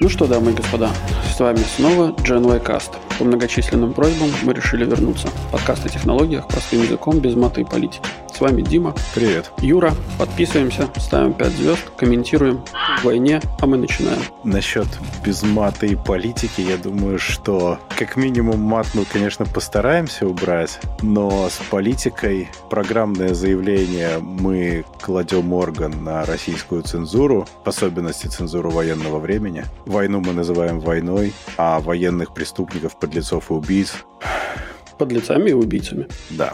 Ну что, дамы и господа, с вами снова GenYcast. По многочисленным просьбам мы решили вернуться. Подкаст о технологиях простым языком, без мата и политики. С вами Дима. Привет. Юра. Подписываемся, ставим 5 звезд, комментируем. В войне, а мы начинаем. Насчет без мата и политики, я думаю, что как минимум мат мы, конечно, постараемся убрать, но с политикой программное заявление мы кладем орган на российскую цензуру, в особенности цензуру военного времени. Войну мы называем войной, а военных преступников, подлецов и убийц... Подлецами и убийцами. Да.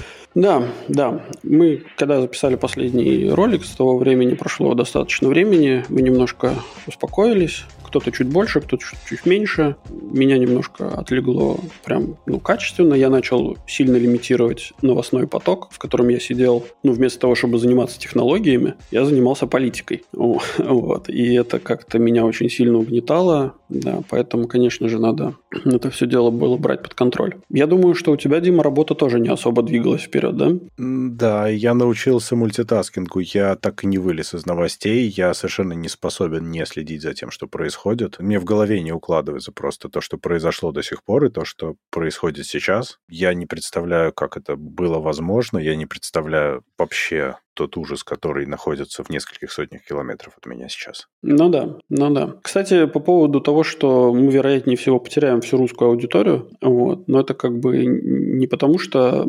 Да. Мы, когда записали последний ролик, с того времени прошло достаточно времени, мы немножко успокоились. Кто-то чуть больше, кто-то чуть меньше. Меня немножко отлегло прям, качественно. Я начал сильно лимитировать новостной поток, в котором я сидел. Вместо того, чтобы заниматься технологиями, я занимался политикой. Вот. И это как-то меня очень сильно угнетало. Да, поэтому, конечно же, надо это все дело было брать под контроль. Я думаю, что у тебя, Дима, работа тоже не особо двигалась вперед, да? Да, я научился мультитаскингу. Я так и не вылез из новостей. Я совершенно не способен не следить за тем, что происходит. Мне в голове не укладывается просто то, что произошло до сих пор, и то, что происходит сейчас. Я не представляю, как это было возможно. Я не представляю вообще тот ужас, который находится в нескольких сотнях километров от меня сейчас. Ну да. Кстати, по поводу того, что мы, вероятнее всего, потеряем всю русскую аудиторию, но это как бы не потому, что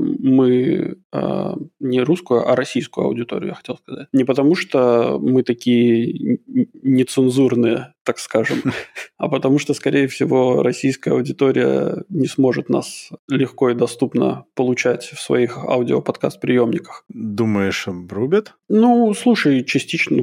мы не русскую, а российскую аудиторию, я хотел сказать. Не потому, что мы такие нецензурные, так скажем, а потому что, скорее всего, российская аудитория не сможет нас легко и доступно получать в своих аудиоподкаст-приемниках. Думаешь, рубят? Слушай, частично...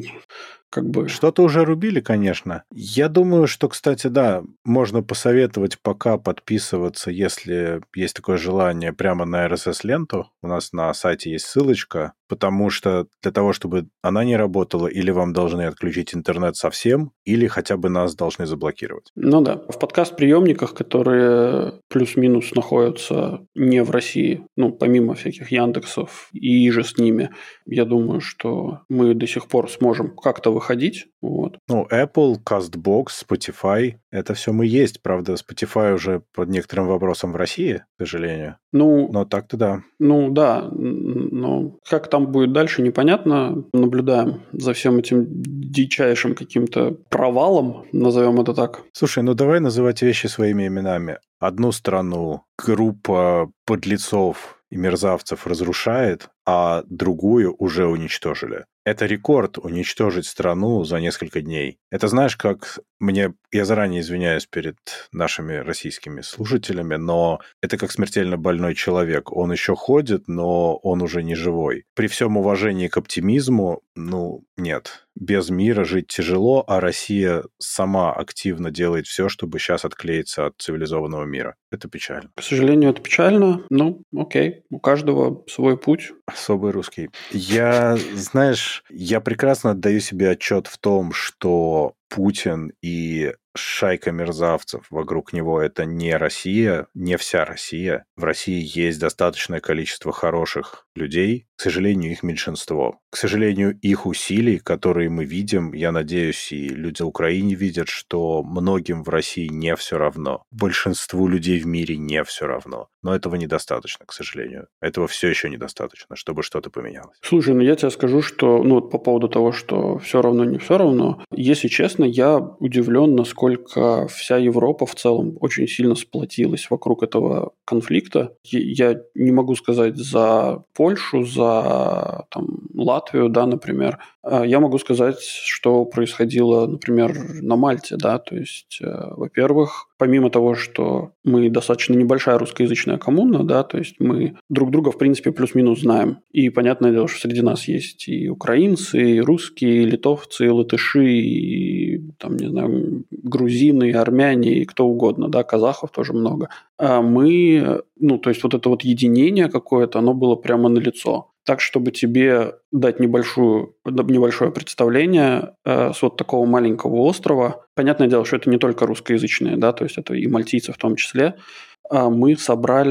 Что-то уже рубили, конечно. Я думаю, что, кстати, да, можно посоветовать пока подписываться, если есть такое желание, прямо на RSS-ленту. У нас на сайте есть ссылочка, потому что для того, чтобы она не работала, или вам должны отключить интернет совсем, или хотя бы нас должны заблокировать. Да. В подкаст-приемниках, которые плюс-минус находятся не в России, помимо всяких Яндексов и же с ними, я думаю, что мы до сих пор сможем как-то выходить. Вот. Apple, CastBox, Spotify, это все мы есть. Правда, Spotify уже под некоторым вопросом в России, к сожалению. Но так-то да. Да. Но как там будет дальше, непонятно. Наблюдаем за всем этим дичайшим каким-то провалом, назовем это так. Слушай, давай называть вещи своими именами. Одну страну группа подлецов и мерзавцев разрушает, а другую уже уничтожили. Это рекорд уничтожить страну за несколько дней. Это знаешь, как я заранее извиняюсь перед нашими российскими слушателями, но это как смертельно больной человек. Он еще ходит, но он уже не живой. При всем уважении к оптимизму, нет. Без мира жить тяжело, а Россия сама активно делает все, чтобы сейчас отклеиться от цивилизованного мира. Это печально. К сожалению, это печально. Окей. У каждого свой путь. Особый русский. Я прекрасно отдаю себе отчет в том, что Путин и шайка мерзавцев вокруг него – это не Россия, не вся Россия. В России есть достаточное количество хороших людей. К сожалению, их меньшинство. К сожалению, их усилий, которые мы видим, я надеюсь, и люди в Украине видят, что многим в России не все равно. Большинству людей в мире не все равно. Но этого недостаточно, к сожалению. Этого все еще недостаточно, чтобы что-то поменялось. Слушай, я тебе скажу, что по поводу того, что все равно, не все равно, если честно, я удивлен, насколько вся Европа в целом очень сильно сплотилась вокруг этого конфликта. Я не могу сказать за Польшу, за Латвию, да, например. Я могу сказать, что происходило, например, на Мальте, да, то есть, во-первых, помимо того, что мы достаточно небольшая русскоязычная коммуна, да, то есть мы друг друга, в принципе, плюс-минус знаем. И понятное дело, что среди нас есть и украинцы, и русские, и литовцы, и латыши, и, грузины, и армяне, и кто угодно, да, казахов тоже много. А мы, то есть вот это вот единение какое-то, оно было прямо налицо. Так, чтобы тебе дать небольшое представление с вот такого маленького острова, понятное дело, что это не только русскоязычные, да, то есть это и мальтийцы в том числе, мы собрали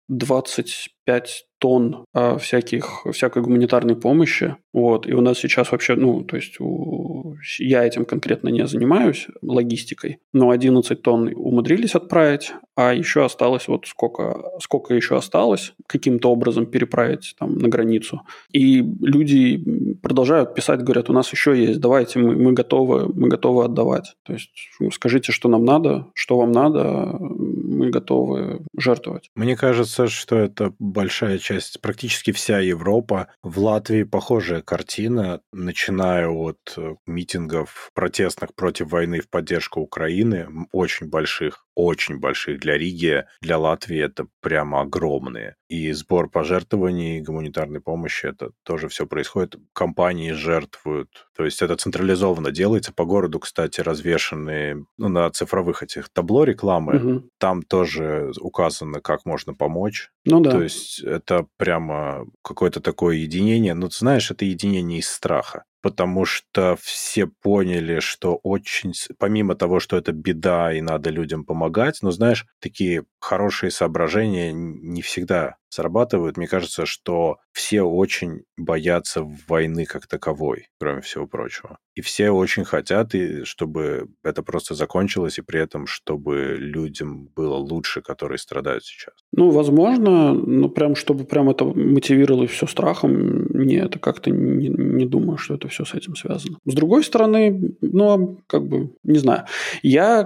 25 тонн всякой гуманитарной помощи. Вот. И у нас сейчас вообще, то есть я этим конкретно не занимаюсь, логистикой, но 11 тонн умудрились отправить, а еще осталось сколько еще осталось каким-то образом переправить там на границу. И люди продолжают писать, говорят, у нас еще есть, давайте, мы готовы отдавать. То есть скажите, что нам надо, что вам надо, мы готовы жертвовать. Мне кажется, что это большая часть, практически вся Европа. В Латвии похожая картина, начиная от митингов протестных против войны в поддержку Украины, очень больших для Риги, для Латвии это прямо огромные. И сбор пожертвований, гуманитарной помощи, это тоже все происходит. Компании жертвуют. То есть это централизованно делается. По городу, кстати, развешаны на цифровых этих табло рекламы. Угу. Там тоже указано, как можно помочь. Ну да. То есть это прямо какое-то такое единение. Ну, ты знаешь, это единение из страха. Потому что все поняли, что помимо того, что это беда и надо людям помогать, но, знаешь, такие хорошие соображения не всегда срабатывают. Мне кажется, что все очень боятся войны как таковой, кроме всего прочего. И все очень хотят, чтобы это просто закончилось, и при этом, чтобы людям было лучше, которые страдают сейчас. Возможно, но чтобы это мотивировало все страхом, это как-то не думаю, что это все с этим связано. С другой стороны, не знаю. Я,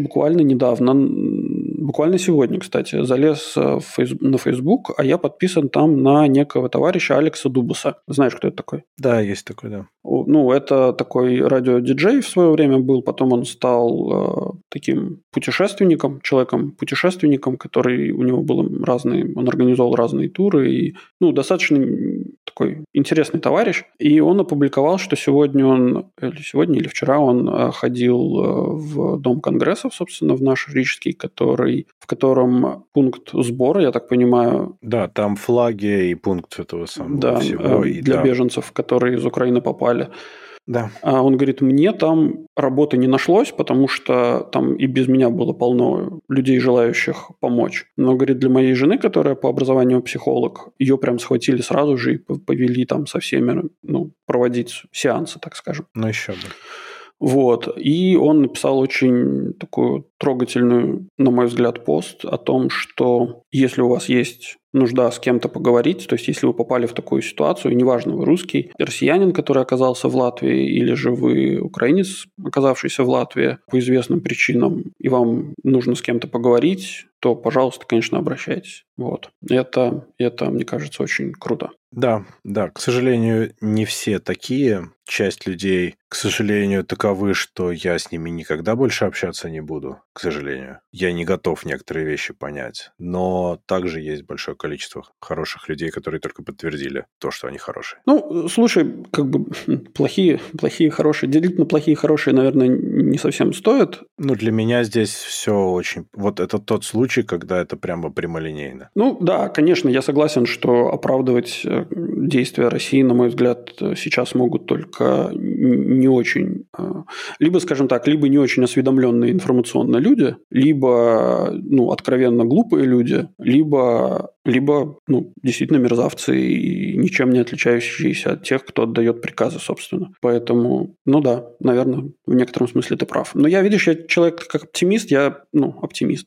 буквально сегодня, кстати, залез на Facebook, а я подписан там на некого товарища Алекса Дубаса. Знаешь, кто это такой? Да, есть такой, да. Это такой радиодиджей в свое время был, потом он стал таким человеком-путешественником, который у него было он организовал разные туры, и, достаточно такой интересный товарищ, и он опубликовал, что сегодня или вчера он ходил в Дом конгрессов, собственно, в наш Рижский, в котором пункт сбора, я так понимаю... Да, там флаги и пункт этого самого всего. Для беженцев, которые из Украины попали. Да. А он говорит, мне там работы не нашлось, потому что там и без меня было полно людей, желающих помочь. Но, говорит, для моей жены, которая по образованию психолог, ее прям схватили сразу же и повели там со всеми, проводить сеансы, так скажем. Еще бы. Вот. И он написал очень такую трогательную, на мой взгляд, пост о том, что если у вас есть нужда с кем-то поговорить, то есть если вы попали в такую ситуацию, неважно, вы русский, россиянин, который оказался в Латвии, или же вы украинец, оказавшийся в Латвии по известным причинам, и вам нужно с кем-то поговорить, то, пожалуйста, конечно, обращайтесь. Вот. Это, мне кажется, очень круто. Да, к сожалению, не все такие. Часть людей, к сожалению, таковы, что я с ними никогда больше общаться не буду, к сожалению. Я не готов некоторые вещи понять. Но также есть большое количество хороших людей, которые только подтвердили то, что они хорошие. Слушай, плохие, хорошие. Делить на плохие и хорошие, наверное, не совсем стоит. Для меня здесь все очень... Вот это тот случай, когда это прямо прямолинейно. Да, конечно, я согласен, что оправдывать действия России, на мой взгляд, сейчас могут только не очень, либо, скажем так, либо не очень осведомленные информационно люди, либо, откровенно глупые люди, либо действительно мерзавцы и ничем не отличающиеся от тех, кто отдает приказы, собственно. Поэтому, да, наверное, в некотором смысле ты прав. Но я человек как оптимист, оптимист.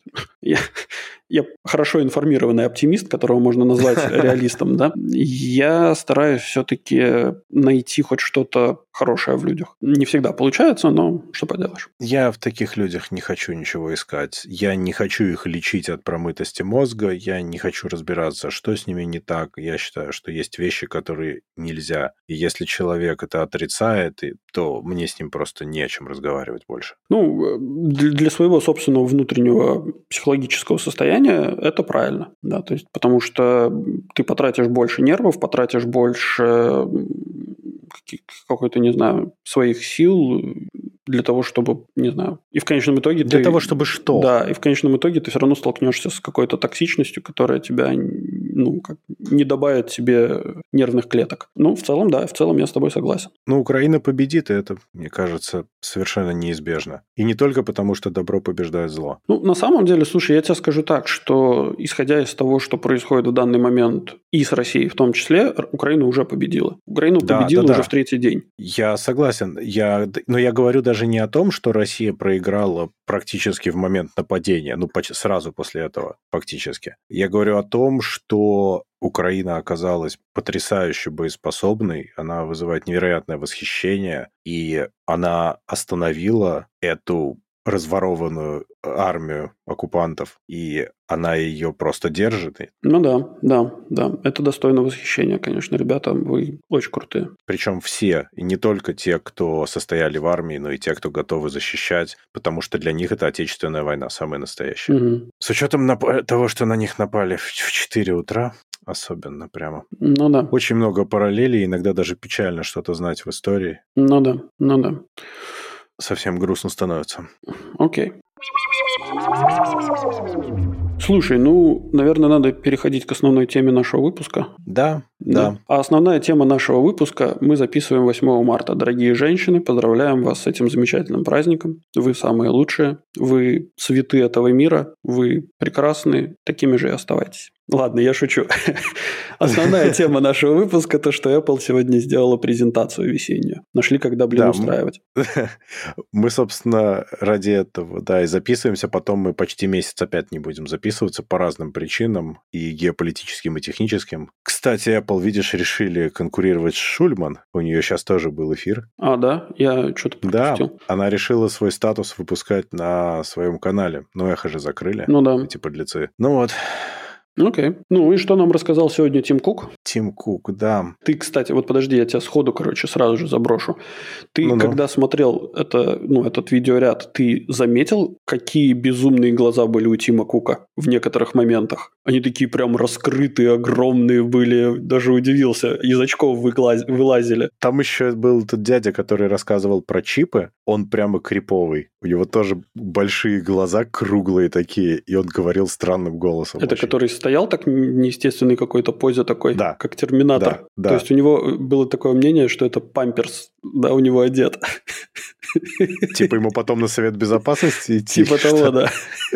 Я хорошо информированный оптимист, которого можно назвать реалистом, да. Я стараюсь все-таки найти хоть что-то хорошее в людях. Не всегда получается, но что поделаешь. Я в таких людях не хочу ничего искать. Я не хочу их лечить от промытости мозга. Я не хочу разбираться, что с ними не так. Я считаю, что есть вещи, которые нельзя. И если человек это отрицает, то мне с ним просто не о чем разговаривать больше. Для своего собственного внутреннего психологического состояния это правильно, да, то есть потому что ты потратишь больше нервов, потратишь больше какой-то, не знаю, своих сил для того, чтобы, не знаю, и в конечном итоге того, чтобы что? Да, и в конечном итоге ты все равно столкнешься с какой-то токсичностью, которая тебя не добавит себе нервных клеток. В целом, да, в целом я с тобой согласен. Украина победит, и это, мне кажется, совершенно неизбежно. И не только потому, что добро побеждает зло. На самом деле, слушай, я тебе скажу так, что исходя из того, что происходит в данный момент и с Россией в том числе, Украина уже победила. Украина победила уже в третий день. Я согласен. Но я говорю даже не о том, что Россия проиграла практически в момент нападения, сразу после этого фактически. Я говорю о том, что Украина оказалась потрясающе боеспособной, она вызывает невероятное восхищение, и она остановила эту разворованную армию оккупантов, и она ее просто держит. Да. Это достойно восхищения, конечно. Ребята, вы очень крутые. Причем все, и не только те, кто состояли в армии, но и те, кто готовы защищать, потому что для них это Отечественная война, самая настоящая. Угу. С учетом того, что на них напали в 4 утра, особенно прямо. Да. Очень много параллелей, иногда даже печально что-то знать в истории. Да. Совсем грустно становится. Окей. Слушай, наверное, надо переходить к основной теме нашего выпуска. Да. А основная тема нашего выпуска мы записываем 8 марта. Дорогие женщины, поздравляем вас с этим замечательным праздником. Вы самые лучшие, вы цветы этого мира, вы прекрасны, такими же и оставайтесь. Ладно, я шучу. Основная тема нашего выпуска – то, что Apple сегодня сделала презентацию весеннюю. Нашли, когда, устраивать. Мы, собственно, ради этого, и записываемся. Потом мы почти месяц опять не будем записываться по разным причинам, и геополитическим, и техническим. Кстати, Apple, видишь, решили конкурировать с Шульман. У нее сейчас тоже был эфир. А, да? Я что-то пропустил. Да, она решила свой статус выпускать на своем канале. Но Эхо же закрыли. Да. Эти подлецы. Вот... Окей. И что нам рассказал сегодня Тим Кук? Тим Кук, да. Ты, кстати, подожди, я тебя сходу, сразу же заброшу. Ты, когда смотрел этот видеоряд, ты заметил, какие безумные глаза были у Тима Кука в некоторых моментах? Они такие прям раскрытые, огромные были. Даже удивился. Из очков вылазили. Там еще был тот дядя, который рассказывал про чипы. Он прямо криповый. У него тоже большие глаза, круглые такие. И он говорил странным голосом. Это очень. Который стоял так неестественной какой-то позе такой, да. как Терминатор. Да. То есть у него было такое мнение, что это памперс, у него одет. Типа ему потом на Совет Безопасности идти? Типа того, да.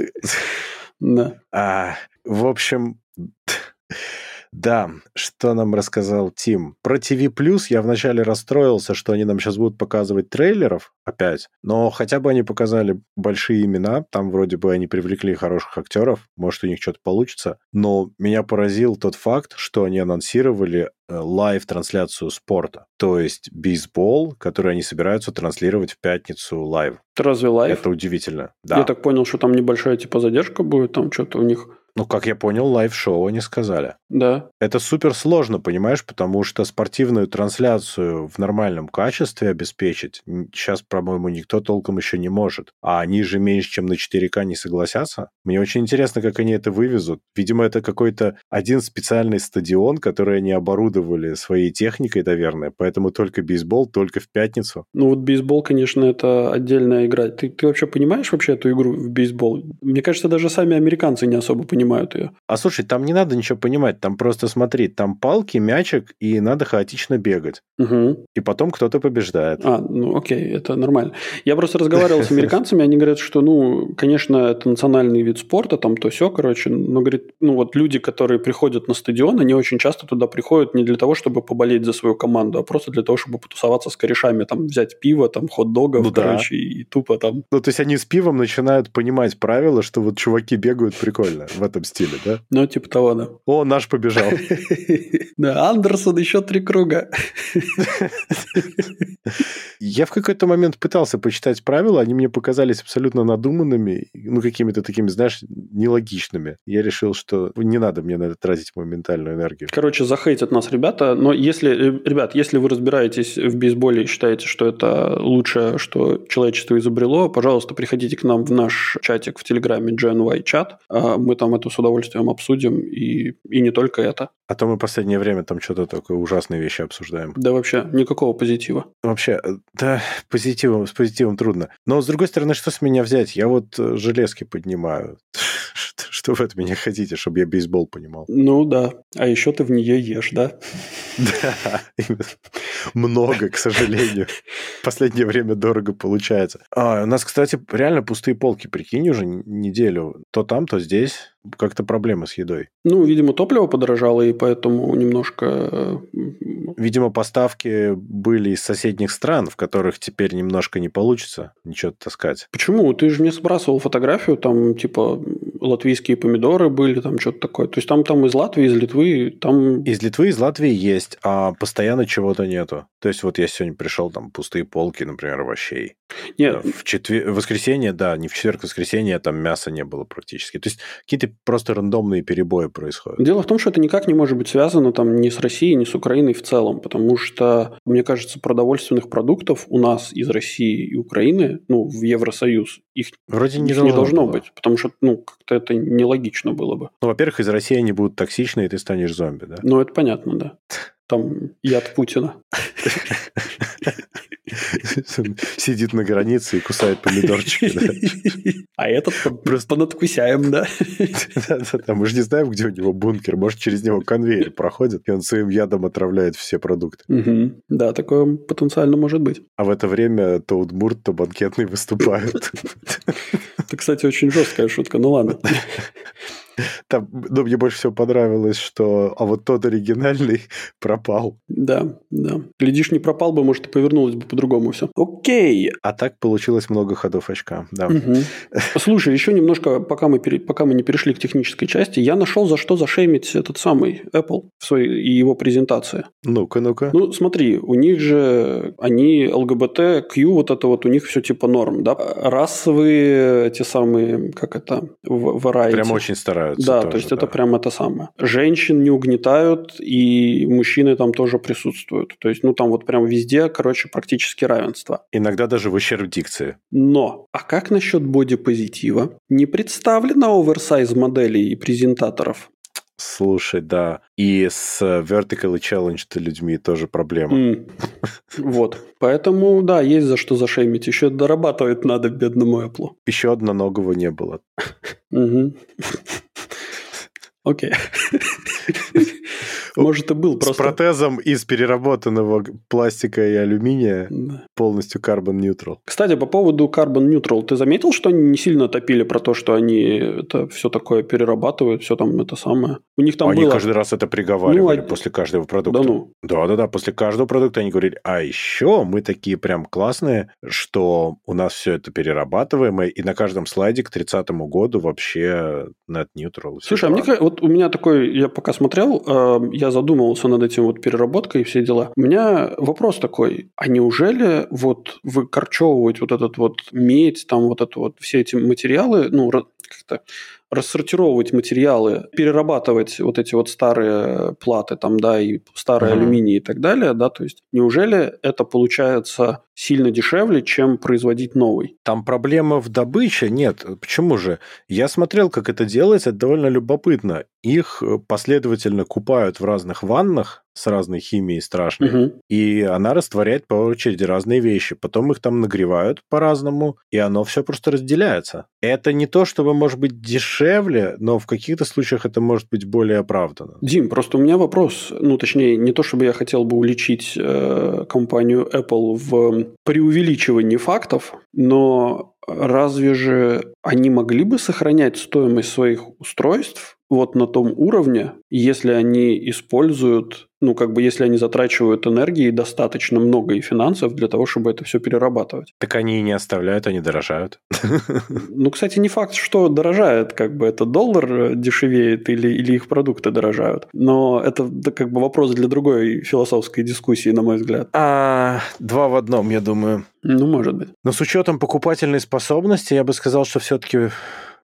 Да. В общем... Да, что нам рассказал Тим? Про TV+, я вначале расстроился, что они нам сейчас будут показывать трейлеров опять, но хотя бы они показали большие имена, там вроде бы они привлекли хороших актеров, может, у них что-то получится, но меня поразил тот факт, что они анонсировали лайв-трансляцию спорта, то есть бейсбол, который они собираются транслировать в пятницу лайв. Это разве лайв? Это удивительно, да. Я так понял, что там небольшая задержка будет, там что-то у них... Как я понял, лайв-шоу они сказали. Да. Это супер сложно, понимаешь, потому что спортивную трансляцию в нормальном качестве обеспечить сейчас, по-моему, никто толком еще не может. А они же меньше, чем на 4К не согласятся. Мне очень интересно, как они это вывезут. Видимо, это какой-то один специальный стадион, который они оборудовали своей техникой, наверное, поэтому только бейсбол, только в пятницу. Бейсбол, конечно, это отдельная игра. Ты вообще понимаешь эту игру в бейсбол? Мне кажется, даже сами американцы не особо понимают ее. А слушай, там не надо ничего понимать, там просто смотри, там палки, мячик, и надо хаотично бегать. Угу. И потом кто-то побеждает. Окей, это нормально. Я просто разговаривал с американцами, они говорят, что, конечно, это национальный вид спорта, там то-сё, но, говорит, люди, которые приходят на стадион, они очень часто туда приходят не для того, чтобы поболеть за свою команду, а просто для того, чтобы потусоваться с корешами, там, взять пиво, там, хот-догов, и тупо там... То есть они с пивом начинают понимать правила, что чуваки бегают прикольно в этом стиле, да? Типа того, да. О, наш побежал. Да, Андерсон еще 3 круга. Я в какой-то момент пытался почитать правила, они мне показались абсолютно надуманными, какими-то такими, знаешь, нелогичными. Я решил, что не надо мне на это тратить мою ментальную энергию. Захейтят нас ребята, но если вы разбираетесь в бейсболе и считаете, что это лучшее, что человечество изобрело, пожалуйста, приходите к нам в наш чатик в Телеграме GNY чат. Мы там это с удовольствием обсудим, и не только это. А то мы в последнее время там что-то такое ужасные вещи обсуждаем. Да вообще никакого позитива. Вообще, да, с позитивом трудно. Но, с другой стороны, что с меня взять? Я вот железки поднимаю. Что вы от меня хотите, чтобы я бейсбол понимал? Ну да. А еще ты в нее ешь, да? Да, много, к сожалению. В последнее время дорого получается. У нас, кстати, реально пустые полки, прикинь, уже неделю. То там, то здесь. Как-то проблемы с едой. Ну, видимо, топливо подорожало, и поэтому немножко... Видимо, поставки были из соседних стран, в которых теперь немножко не получится ничего таскать. Почему? Ты же мне сбрасывал фотографию, там, типа, латвийские помидоры были, там, что-то такое. То есть, там из Латвии, из Литвы, там... Из Литвы, из Латвии есть, а постоянно чего-то нету. То есть, вот я сегодня пришел, там, пустые полки, например, овощей. Нет. В воскресенье, да, не в четверг, в воскресенье там мяса не было практически. То есть, какие-то просто рандомные перебои происходят. Дело в том, что это никак не может быть связано там ни с Россией, ни с Украиной в целом, потому что, мне кажется, продовольственных продуктов у нас из России и Украины, ну, в Евросоюз, их вроде не должно быть, потому что, ну, как-то это нелогично было бы. Ну, во-первых, из России они будут токсичны, и ты станешь зомби, да? Ну, это понятно, да. Там яд Путина. Сидит на границе и кусает помидорчики. А этот просто понадкусяем, да? Да, мы же не знаем, где у него бункер. Может, через него конвейер проходит, и он своим ядом отравляет все продукты. Да, такое потенциально может быть. А в это время то Удмурт, то Банкетный выступают. Это, кстати, очень жесткая шутка. Ну ладно. Там, ну, мне больше всего понравилось, что а вот тот оригинальный пропал. Да, да. Глядишь, не пропал бы, может, и повернулось бы по-другому все. Окей. А так получилось много ходов очка. Да. Слушай, еще немножко, пока мы не перешли к технической части, я нашел, за что зашеймить этот самый Apple в своей и его презентации. Ну-ка. Ну, смотри, у них же, они ЛГБТQ, вот это вот у них все типа норм, да? Расовые, те самые, как это, variety. Прям очень стараются. Да, тоже, то есть это прям это самое. Женщин не угнетают, и мужчины там тоже присутствуют. То есть, ну, там вот прям везде, короче, практически равенство. Иногда даже в ущерб дикции. Но, а как насчет бодипозитива? Не представлено оверсайз моделей и презентаторов? Слушай, да. И с vertical challenged людьми тоже проблема. Вот. Поэтому, да, есть за что зашеймить. Еще дорабатывать надо бедному Apple. Еще одноногого не было. Окей. Может, и был просто... С протезом из переработанного пластика и алюминия, полностью carbon neutral. Кстати, по поводу carbon neutral, ты заметил, что они не сильно топили про то, что они это все такое перерабатывают, все там это самое? У них там они было... каждый раз это приговаривали после каждого продукта. Да ну? Да, после каждого продукта они говорили, а еще мы такие прям классные, что у нас все это перерабатываемое, и на каждом слайде к 30-му году вообще net neutral. Слушай, вот у меня такой, я пока смотрел, я задумывался над этим вот переработкой и все дела. У меня вопрос такой, а неужели вот выкорчевывать вот этот вот медь, там вот это вот все эти материалы, ну, как-то рассортировывать материалы, перерабатывать вот эти вот старые платы там, да, и старый алюминий и так далее, да, то есть неужели это получается сильно дешевле, чем производить новый? Там проблема в добыче? Нет. Почему же? Я смотрел, как это делается, это довольно любопытно. Их последовательно купают в разных ваннах с разной химией страшной, и она растворяет по очереди разные вещи. Потом их там нагревают по-разному, и оно все просто разделяется. Это не то, чтобы может быть дешевле, но в каких-то случаях это может быть более оправданно. Дим, просто у меня вопрос, ну, точнее, не то, чтобы я хотел бы уличить компанию Apple в преувеличивании фактов, но разве же они могли бы сохранять стоимость своих устройств вот на том уровне, если они используют, ну, как бы, если они затрачивают энергии достаточно много и финансов для того, чтобы это все перерабатывать? Так они и не оставляют, они дорожают. Ну, кстати, не факт, что дорожает, как бы, это доллар дешевеет или их продукты дорожают. Но это как бы вопрос для другой философской дискуссии, на мой взгляд. Два в одном, я думаю. Ну, может быть. Но с учетом покупательной способности, я бы сказал, что все-таки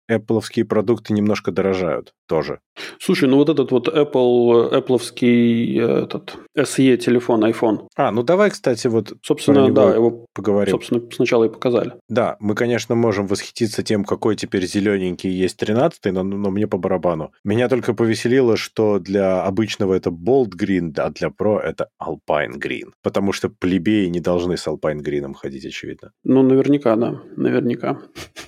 Apple-овские продукты немножко дорожают тоже. Слушай, ну вот этот вот Apple-овский этот SE телефон, iPhone. Ну давай, кстати, вот собственно, да, его поговорим. Собственно, сначала и показали. Да, мы, конечно, можем восхититься тем, какой теперь зелененький есть 13-й, но мне по барабану. Меня только повеселило, что для обычного это Bold Green, а для Pro это Alpine Green. Потому что плебеи не должны с Alpine Green ходить, очевидно. Ну, наверняка, да. Наверняка.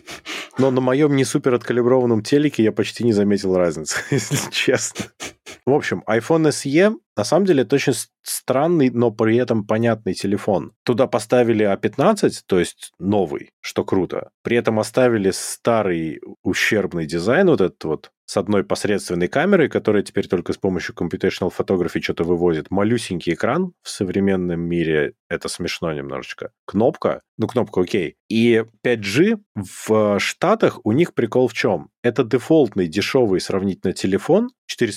Но на моем не супер откалиброванном телеке я почти не заметил разницы, если честно. В общем, iPhone SE на самом деле это очень странный, но при этом понятный телефон. Туда поставили A15, то есть новый, что круто. При этом оставили старый ущербный дизайн, вот этот вот с одной посредственной камерой, которая теперь только с помощью computational photography что-то выводит. Малюсенький экран в современном мире, это смешно немножечко. Кнопка окей. И 5G в Штатах у них прикол в чем? Это дефолтный дешевый сравнительно телефон,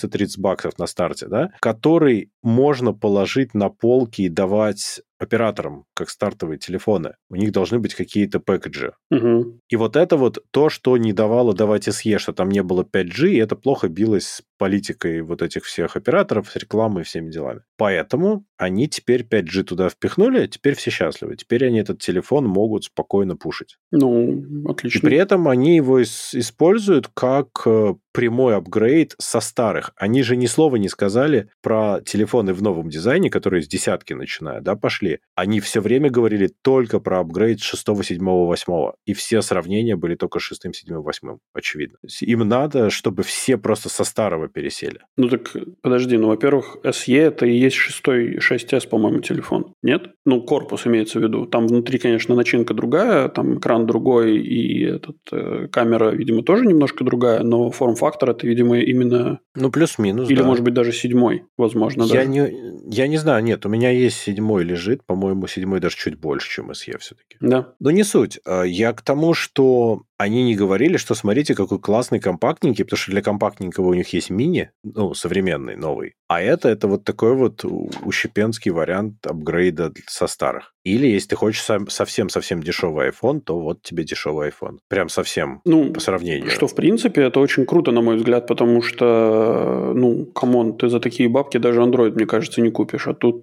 $430 на старте, да, который можно положить на полки и давать операторам, как стартовые телефоны. У них должны быть какие-то пэкэджи. Угу. И вот это вот то, что не давало давать SE, что там не было 5G, и это плохо билось с политикой вот этих всех операторов, с рекламой и всеми делами. Поэтому они теперь 5G туда впихнули, теперь все счастливы. Теперь они этот телефон могут спокойно пушить. Ну, отлично. И при этом они его используют как прямой апгрейд со старых. Они же ни слова не сказали про телефоны в новом дизайне, которые с десятки начинают, да, пошли. Они все время говорили только про апгрейд 6, 7, 8. И все сравнения были только с 6, 7, 8, очевидно. Им надо, чтобы все просто со старого пересели. Ну так, подожди, во-первых, SE это и есть 6S, по-моему, телефон. Нет? Ну, корпус имеется в виду. Там внутри, конечно, начинка другая, там экран другой, и камера, видимо, тоже немножко другая, но форм-фактор это, видимо, именно... Ну, плюс-минус, или, да. может быть, даже 7, возможно, я не знаю, нет, у меня есть 7 лежит, по-моему, 7 даже чуть больше, чем SE все-таки. Да. Но не суть. Я к тому, что они не говорили, что смотрите, какой классный компактненький, потому что для компактненького у них есть мини, современный, новый. А это вот такой вот ущепенский вариант апгрейда со старых. Или, если ты хочешь совсем-совсем дешевый iPhone, то вот тебе дешевый iPhone. Прям совсем по сравнению. Что, в принципе, это очень круто, на мой взгляд, потому что, камон, ты за такие бабки даже Android, мне кажется, не купишь. А тут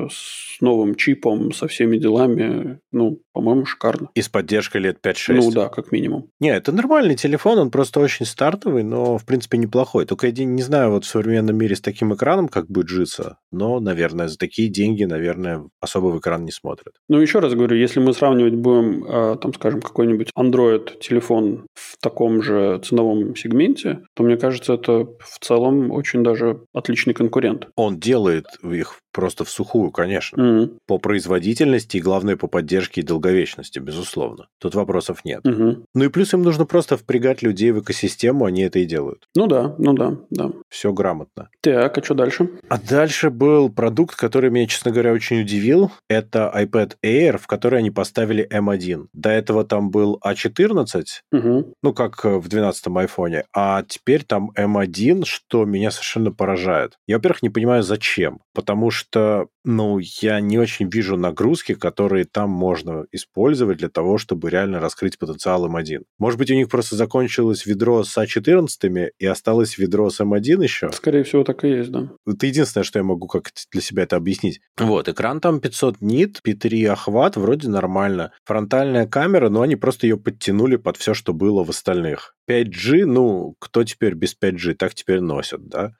с новым чипом, со всеми делами, по-моему, шикарно. И с поддержкой лет 5-6. Да, как минимум. Не, это нормальный телефон, он просто очень стартовый, но, в принципе, неплохой. Только я не знаю, вот в современном мире с таким экраном, как будет житься, но, наверное, за такие деньги, наверное, особо в экран не смотрят. Еще раз говорю, если мы сравнивать будем, скажем, какой-нибудь Android-телефон в таком же ценовом сегменте, то, мне кажется, это в целом очень даже отличный конкурент. Он делает их просто в сухую, конечно. По производительности и, главное, по поддержке и долговечности, безусловно. Тут вопросов нет. Ну и плюс им нужно просто впрягать людей в экосистему, они это и делают. Ну да. Все грамотно. Так, а что дальше? А дальше был продукт, который меня, честно говоря, очень удивил. Это iPad Air, в который они поставили M1. До этого там был A14, как в 12-м айфоне, а теперь там M1, что меня совершенно поражает. Я, во-первых, не понимаю, зачем. Потому что, я не очень вижу нагрузки, которые там можно использовать для того, чтобы реально раскрыть потенциал M1. Может быть, у них просто закончилось ведро с A14 и осталось ведро с M1 еще? Скорее всего, так и есть, да. Это единственное, что я могу как для себя это объяснить. Вот, экран там 500 нит, P3 охват, вроде нормально. Фронтальная камера, они просто ее подтянули под все, что было в остальных. 5G, кто теперь без 5G? Так теперь носят, да?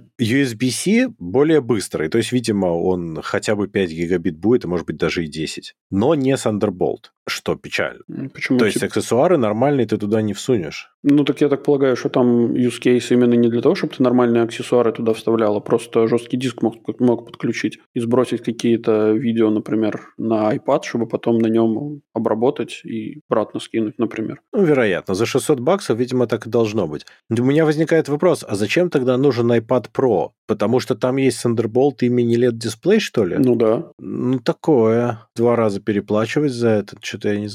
USB-C более быстрый, то есть, видимо, он хотя бы 5 гигабит будет, а может быть даже и 10. Но не Thunderbolt, что печально. Почему? То есть, аксессуары нормальные ты туда не всунешь. Так я так полагаю, что там use case именно не для того, чтобы ты нормальные аксессуары туда вставлял, а просто жесткий диск мог подключить и сбросить какие-то видео, например, на iPad, чтобы потом на нем обработать и обратно скинуть, например. Вероятно. За $600, видимо, так и должно быть. У меня возникает вопрос, а зачем тогда нужен iPad Pro? Потому что там есть Thunderbolt и мини-LED-дисплей, что ли? Да. Такое. 2 раза переплачивать за это, что-то я не знаю.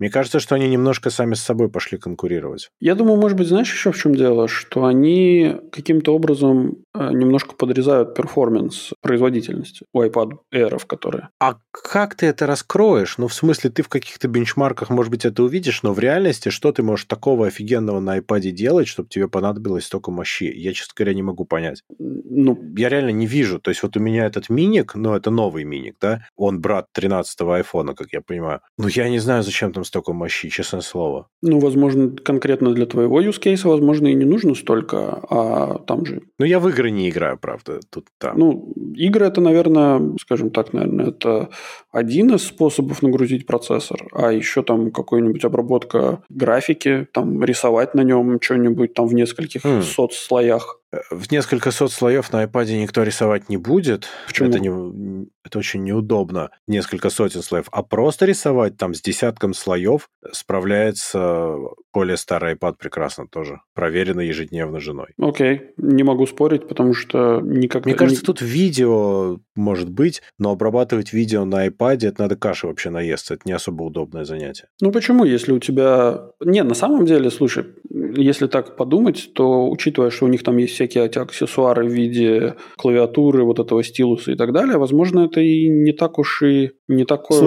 Мне кажется, что они немножко сами с собой пошли конкурировать. Я думаю, может быть, знаешь еще в чем дело? Что они каким-то образом немножко подрезают перформанс производительности у iPad Air, которые. А как ты это раскроешь? Ну, в смысле, ты в каких-то бенчмарках, может быть, это увидишь, но в реальности что ты можешь такого офигенного на iPad делать, чтобы тебе понадобилось столько мощи? Я, честно говоря, не могу понять. Ну, я реально не вижу. То есть вот у меня этот миник, но это новый миник, да? Он брат 13-го айфона, как я понимаю. Ну, я не знаю, зачем там столько мощи, честное слово. Ну, возможно, конкретно для твоего use case, возможно, и не нужно столько, а там же... Ну, я в игры не играю, правда, тут там. Ну, игры это, наверное, скажем так, наверное, это один из способов нагрузить процессор, а еще там какая-нибудь обработка графики, там рисовать на нем что-нибудь там в нескольких соцслоях. В несколько слоев на iPad никто рисовать не будет. Почему? Это очень неудобно, несколько сотен слоев. А просто рисовать там с десятком слоев справляется более старый iPad прекрасно тоже. Проверено ежедневно женой. Окей, не могу спорить, потому что никак... Мне кажется, тут видео может быть, но обрабатывать видео на iPad, это надо каши вообще наесться. Это не особо удобное занятие. Ну почему, если у тебя... Не, на самом деле, слушай, если так подумать, то, учитывая, что у них там есть всякие эти аксессуары в виде клавиатуры, вот этого стилуса и так далее, возможно, это и не так уж и не такой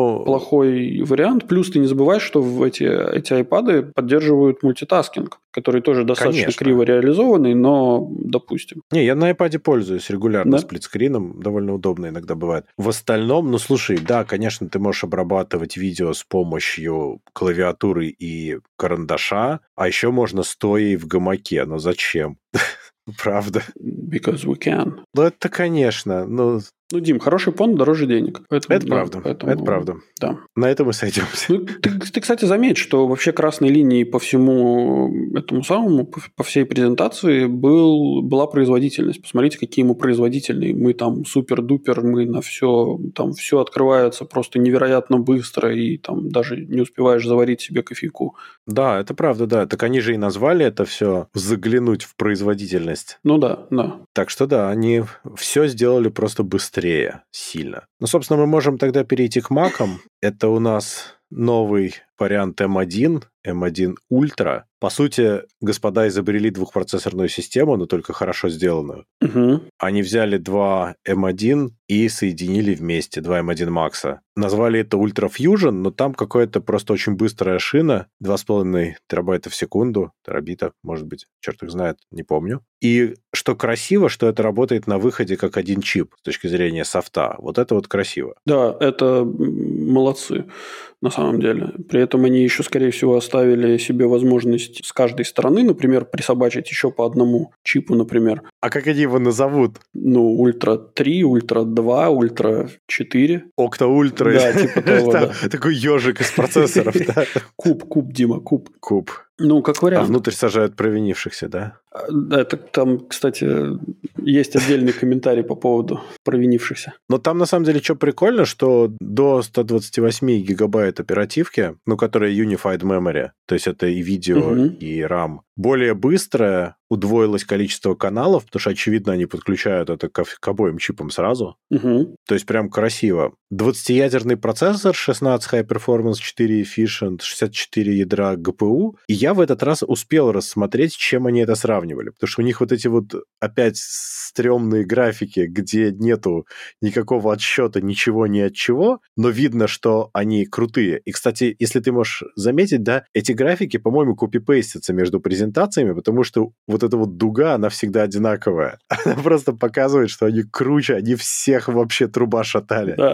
плохой вариант. Плюс ты не забывай, что эти iPad'ы поддерживают мультитаскинг, который тоже достаточно криво реализованный, но допустим. Не, я на iPad'е пользуюсь регулярно сплитскрином, довольно удобно иногда бывает. В остальном, ну слушай, да, конечно, ты можешь обрабатывать видео с помощью клавиатуры и карандаша, а еще можно стоя и в гамаке, но зачем? Правда. Because we can. Ну, это, конечно. Ну, Дим, хороший понт дороже денег. Поэтому, это правда. Поэтому, это правда. Да. На этом мы сойдемся. Ну, ты, кстати, заметь, что вообще красной линией по всему этому самому, по всей презентации была производительность. Посмотрите, какие мы производительные. Мы там супер-дупер, мы на все, там все открывается просто невероятно быстро, и там даже не успеваешь заварить себе кофейку. Да, это правда, да. Так они же и назвали это все «заглянуть в производительность». Ну да, да. Так что да, они все сделали просто быстрее, сильно. Ну, собственно, мы можем тогда перейти к макам. Это у нас новый вариант M1, M1 Ultra. По сути, господа изобрели двухпроцессорную систему, но только хорошо сделанную. Угу. Они взяли два M1 и соединили вместе, два M1 Max. Назвали это Ultra Fusion, но там какая-то просто очень быстрая шина, 2,5 терабайта в секунду, терабита, может быть, черт их знает, не помню. И что красиво, что это работает на выходе как один чип с точки зрения софта. Вот это вот красиво. Да, это молодцы. На самом деле. При этом они еще, скорее всего, оставили себе возможность с каждой стороны, например, присобачить еще по одному чипу, например. А как они его назовут? Ну, Ультра 3, Ультра 2, Ультра 4. Окта Ультра. Да, типа того, да. Такой ежик из процессоров, да. Куб, Дима, куб. Куб. Ну, как вариант. А внутрь сажают провинившихся, да? Да, там, кстати, есть отдельный комментарий по поводу провинившихся. Но там, на самом деле, что прикольно, что до 128 гигабайт оперативки, ну, которая Unified Memory, то есть это и видео, и RAM, более быстрая, удвоилось количество каналов, потому что, очевидно, они подключают это к обоим чипам сразу. То есть прям красиво. 20-ядерный процессор, 16 High Performance, 4 Efficient, 64 ядра GPU. И я в этот раз успел рассмотреть, с чем они это сравнивали. Потому что у них вот эти вот опять стрёмные графики, где нету никакого отсчета, ничего ни от чего, но видно, что они крутые. И, кстати, если ты можешь заметить, да, эти графики, по-моему, копипейстятся между презентациями, потому что вот эта вот дуга, она всегда одинаковая. Она просто показывает, что они круче, они всех вообще труба шатали. Да.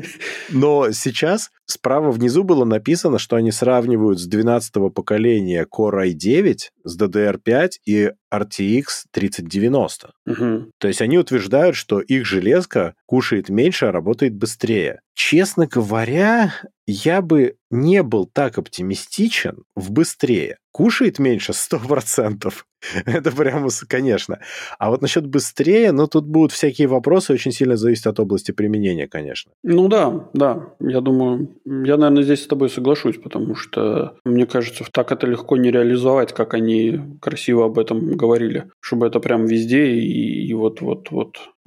Но сейчас справа внизу было написано, что они сравнивают с 12-го поколения Core i9 с DDR5 и RTX 3090. То есть они утверждают, что их железка кушает меньше, а работает быстрее. Честно говоря, я бы не был так оптимистичен в быстрее. Кушает меньше 100%. Это прямо, конечно. А вот насчет быстрее, ну, тут будут всякие вопросы, очень сильно зависит от области применения, конечно. Ну да. Я думаю, я, наверное, здесь с тобой соглашусь, потому что, мне кажется, так это легко не реализовать, как они красиво об этом говорили. Чтобы это прям везде и вот.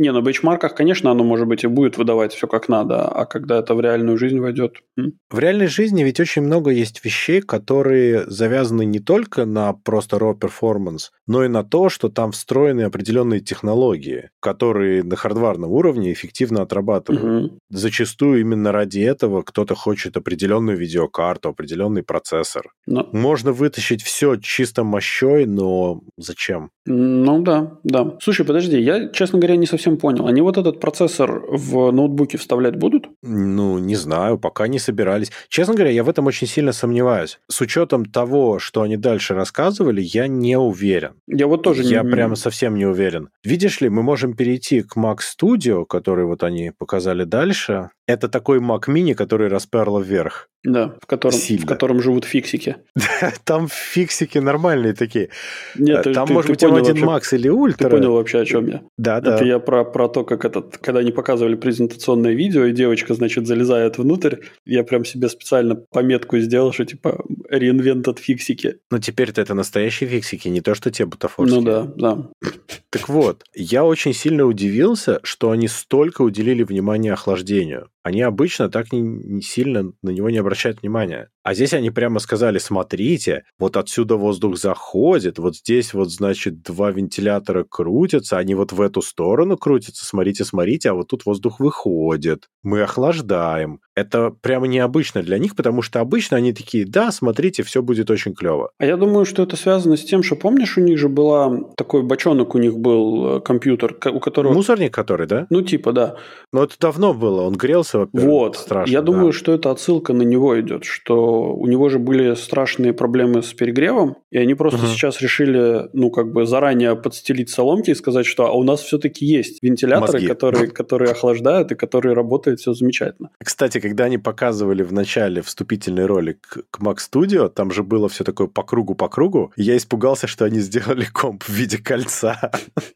Не, на бенчмарках, конечно, оно, может быть, и будет выдавать все как надо, а когда это в реальную жизнь войдет... В реальной жизни ведь очень много есть вещей, которые завязаны не только на просто raw performance, но и на то, что там встроены определенные технологии, которые на хардварном уровне эффективно отрабатывают. Зачастую именно ради этого кто-то хочет определенную видеокарту, определенный процессор. Можно вытащить все чисто мощой, но зачем? Ну да. Слушай, подожди, я, честно говоря, не совсем понял. Они вот этот процессор в ноутбуке вставлять будут? Ну, не знаю, пока не собирались. Честно говоря, я в этом очень сильно сомневаюсь. С учетом того, что они дальше рассказывали, я не уверен. Я вот тоже Я прямо совсем не уверен. Видишь ли, мы можем перейти к Mac Studio, который вот они показали дальше. Это такой Mac Mini, который расперло вверх. Да, в котором живут фиксики. Там фиксики нормальные такие. Нет, там может быть M1 Max или Ultra. Ты понял вообще, о чем я? Да. Это я про то, как когда они показывали презентационное видео, и девочка, значит, залезает внутрь. Я прям себе специально пометку сделал, что типа reinvented фиксики. Ну, теперь-то это настоящие фиксики, не то, что те бутафорские. Ну да. Так вот, я очень сильно удивился, что они столько уделили внимания охлаждению. Они обычно так не сильно на него не обращают внимания. А здесь они прямо сказали, смотрите, вот отсюда воздух заходит, вот здесь вот, значит, 2 вентилятора крутятся, они вот в эту сторону крутятся, смотрите, а вот тут воздух выходит. Мы охлаждаем. Это прямо необычно для них, потому что обычно они такие, да, смотрите, все будет очень клево. А я думаю, что это связано с тем, что, помнишь, у них же такой бочонок у них был компьютер, у которого... Мусорник который, да? Ну, типа, да. Но это давно было, он грелся, во-первых. Вот. Страшно, я думаю, что это отсылка на него идет, что у него же были страшные проблемы с перегревом, и они просто сейчас решили, заранее подстелить соломки и сказать, что у нас все-таки есть вентиляторы, которые охлаждают и которые работают, все замечательно. Кстати, когда они показывали в начале вступительный ролик к Mac Studio, там же было все такое по кругу, и я испугался, что они сделали комп в виде кольца.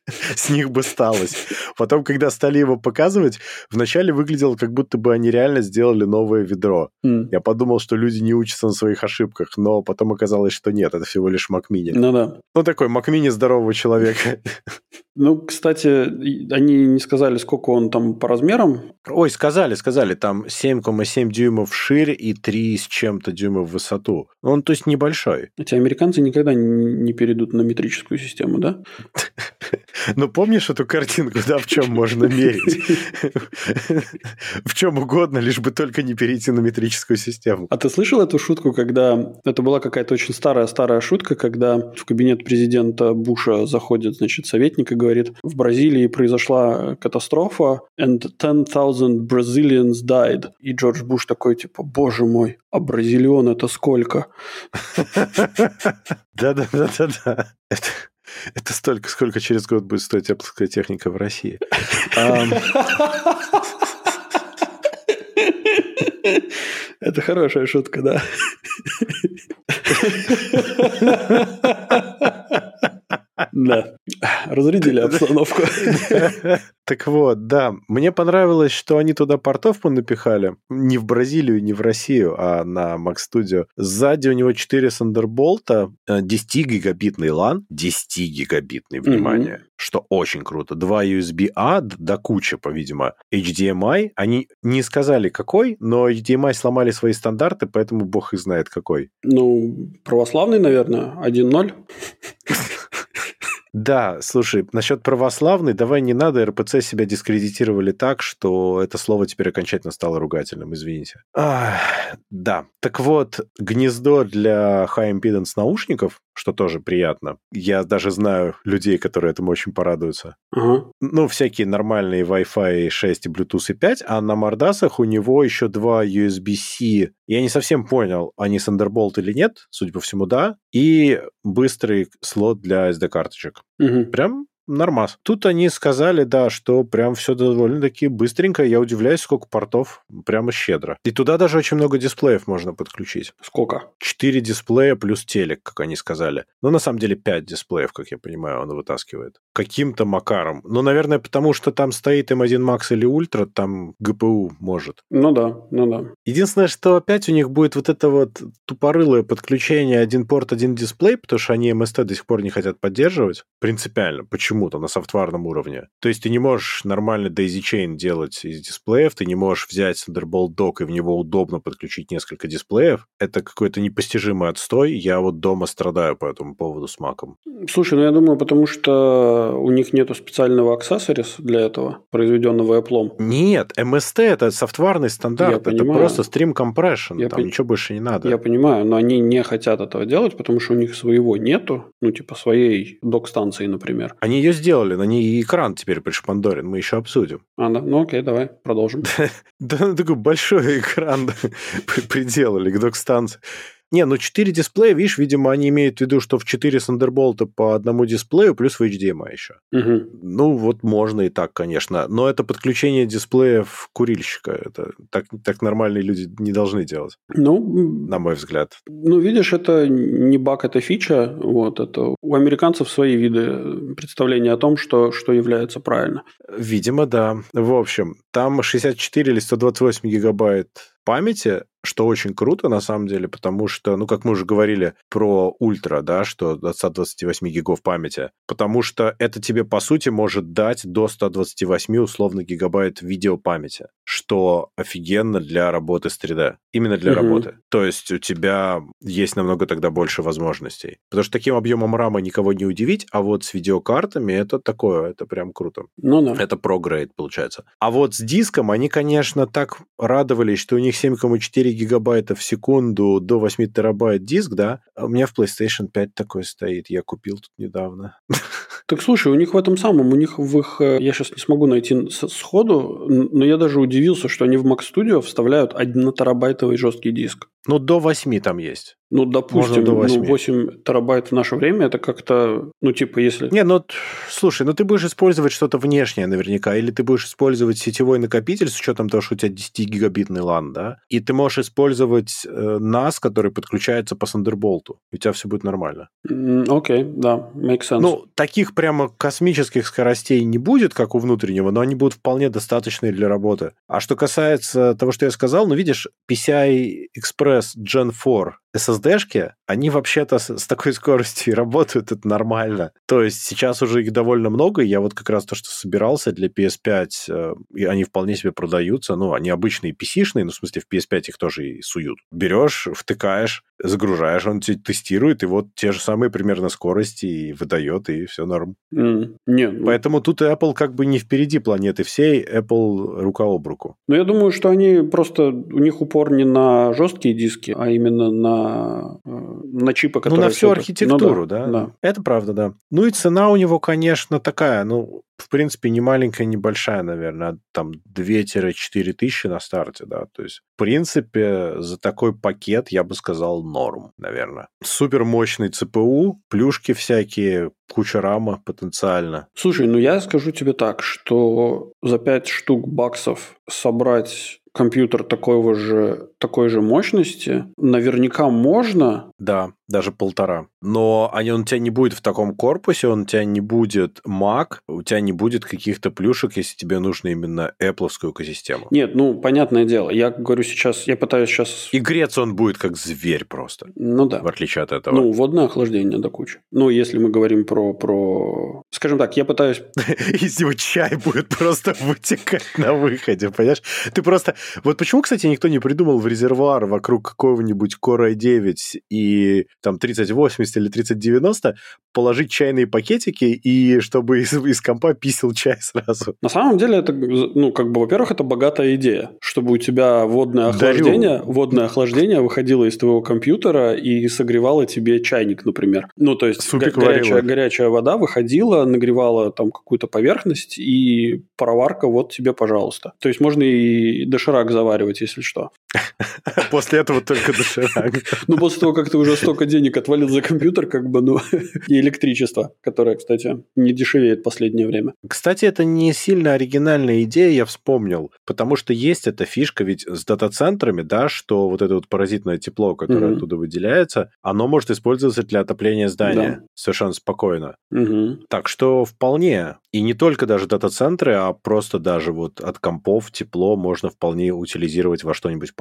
С них бы сталось. Потом, когда стали его показывать, вначале выглядело, как будто бы они реально сделали новое ведро. Я подумал, что люди не учатся на своих ошибках, но потом оказалось, что нет, это всего лишь Mac Mini. Ну да. Ну такой Mac Mini здорового человека. Ну, кстати, они не сказали, сколько он там по размерам. Ой, сказали, там 7,7 дюймов вширь и 3 с чем-то дюймов в высоту. Он, то есть, небольшой. Эти американцы никогда не перейдут на метрическую систему, да? Ну, помнишь эту картинку, да, в чем можно мерить? В чем угодно, лишь бы только не перейти на метрическую систему. А ты слышал эту шутку, когда... Это была какая-то очень старая шутка, когда в кабинет президента Буша заходит, значит, советник и говорит, в Бразилии произошла катастрофа, and 10,000 Brazilians died. И Джордж Буш такой, типа, боже мой, а бразилион это сколько? Да. Это столько, сколько через год будет стоить Apple-ская техника в России. Это хорошая шутка, да. Да, разрядили обстановку. Так вот, да, мне понравилось, что они туда портов понапихали. Не в Бразилию, не в Россию, а на Mac Studio. Сзади у него 4 Thunderbolt, 10-гигабитный LAN, 10-гигабитный, внимание, что очень круто. 2 USB-A, да куча, по-видимому. HDMI, они не сказали какой, но HDMI сломали свои стандарты, поэтому бог их знает какой. Ну, православный, наверное, 1.0. Да, слушай, насчет православной, давай не надо, РПЦ себя дискредитировали так, что это слово теперь окончательно стало ругательным, извините. Да, так вот, гнездо для High Impedance наушников, что тоже приятно. Я даже знаю людей, которые этому очень порадуются. Ну, всякие нормальные Wi-Fi 6 и Bluetooth 5, а на мордасах у него еще 2 USB-C. Я не совсем понял, они Thunderbolt или нет, судя по всему, да. И быстрый слот для SD-карточек. Прям нормас. Тут они сказали, да, что прям все довольно-таки быстренько. Я удивляюсь, сколько портов. Прямо щедро. И туда даже очень много дисплеев можно подключить. Сколько? 4 дисплея плюс телек, как они сказали. Ну, на самом деле, 5 дисплеев, как я понимаю, он вытаскивает. Каким-то макаром. Ну, наверное, потому что там стоит M1 Max или Ultra, там GPU может. Ну да. Единственное, что опять у них будет вот это вот тупорылое подключение один порт, один дисплей, потому что они MST до сих пор не хотят поддерживать. Принципиально. Почему? всему, там, на софтварном уровне. То есть ты не можешь нормально daisy chain делать из дисплеев, ты не можешь взять Thunderbolt dock и в него удобно подключить несколько дисплеев. Это какой-то непостижимый отстой. Я вот дома страдаю по этому поводу с Mac'ом. Слушай, я думаю, потому что у них нету специального аксессорис для этого, произведенного Apple. Нет, MST – это софтварный стандарт, это просто stream compression, там ничего больше не надо. Я понимаю, но они не хотят этого делать, потому что у них своего нету, своей док-станции, например. Они ее сделали, на ней экран теперь пришпандорен, мы еще обсудим. Да? Ну окей, давай, продолжим. Да, такой большой экран приделали к док-станции. 4 дисплея, видишь, видимо, они имеют в виду, что в 4 Thunderbolt по одному дисплею плюс в HDMI еще. Угу. Можно и так, конечно. Но это подключение дисплеев курильщика. Это так нормальные люди не должны делать. На мой взгляд. Видишь, это не баг, это фича. Это у американцев свои виды представления о том, что является правильно. Видимо, да. В общем, там 64 или 128 гигабайт памяти, что очень круто, на самом деле, потому что, как мы уже говорили про ультра, да, что от 128 гигов памяти, потому что это тебе, по сути, может дать до 128 условно гигабайт видеопамяти, что офигенно для работы с 3D. Именно для работы. То есть у тебя есть намного тогда больше возможностей. Потому что таким объемом рама никого не удивить, а вот с видеокартами это такое, это прям круто. Да. Это прогрейд, получается. А вот с диском они, конечно, так радовались, что у них 7,4 гигабайта в секунду до 8 терабайт диск, да? У меня в PlayStation 5 такой стоит. Я купил тут недавно. Так слушай, у них в этом самом, я сейчас не смогу найти сходу, но я даже удивился, что они в Mac Studio вставляют 1 терабайтовый жесткий диск. До 8 там есть. Допустим, 8 терабайт в наше время, это как-то, если... Слушай, ты будешь использовать что-то внешнее наверняка, или ты будешь использовать сетевой накопитель с учетом того, что у тебя 10-гигабитный LAN, да? И ты можешь использовать NAS, который подключается по Thunderbolt. У тебя все будет нормально. Окей, да, makes sense. Таких прямо космических скоростей не будет, как у внутреннего, но они будут вполне достаточные для работы. А что касается того, что я сказал, видишь, PCI Express Gen 4 SSD-шки, они вообще-то с такой скоростью работают, это нормально. То есть сейчас уже их довольно много, я как раз то, что собирался для PS5, и они вполне себе продаются, они обычные PC-шные, в смысле в PS5 их тоже и суют. Берешь, втыкаешь, загружаешь, он тебе тестирует, и те же самые примерно скорости и выдает, и все норм. Поэтому тут Apple как бы не впереди планеты всей, Apple рука об руку. Я думаю, что они просто, у них упор не на жесткие диски, а именно на чипы, которые... на всю архитектуру, да. Это правда, да. И цена у него, конечно, такая, в принципе, не маленькая, не большая, наверное, там 2-4 тысячи на старте, да, то есть, в принципе, за такой пакет, я бы сказал, норм, наверное. Супер мощный ЦПУ, плюшки всякие, куча рама потенциально. Слушай, я скажу тебе так, что за 5 штук баксов собрать компьютер такой же мощности наверняка можно. Да, даже 1,5. Но он у тебя не будет в таком корпусе, он у тебя не будет Mac, у тебя не будет каких-то плюшек, если тебе нужно именно Apple-овскую экосистему. Нет, понятное дело. Я говорю сейчас, я пытаюсь сейчас... И греться он будет как зверь просто. Да. В отличие от этого. Водное охлаждение до кучи. Если мы говорим про... Скажем так, я пытаюсь... Из него чай будет просто вытекать на выходе, понимаешь? Ты просто... почему, кстати, никто не придумал в резервуар вокруг какого-нибудь Core i9 и там 3080 или 3090 положить чайные пакетики и чтобы из компа писал чай сразу. На самом деле это, во-первых, это богатая идея, чтобы у тебя водное охлаждение выходило из твоего компьютера и согревало тебе чайник, например. То есть горячая вода выходила, нагревала там какую-то поверхность, и пароварка тебе, пожалуйста. То есть можно и доширак заваривать, если что. После этого только доширак. После того, как ты уже столько денег отвалил за компьютер, и электричество, которое, кстати, не дешевеет в последнее время. Кстати, это не сильно оригинальная идея, я вспомнил, потому что есть эта фишка ведь с дата-центрами, да, что это паразитное тепло, которое оттуда выделяется, оно может использоваться для отопления здания совершенно спокойно. Так что вполне. И не только даже дата-центры, а просто даже от компов тепло можно вполне утилизировать во что-нибудь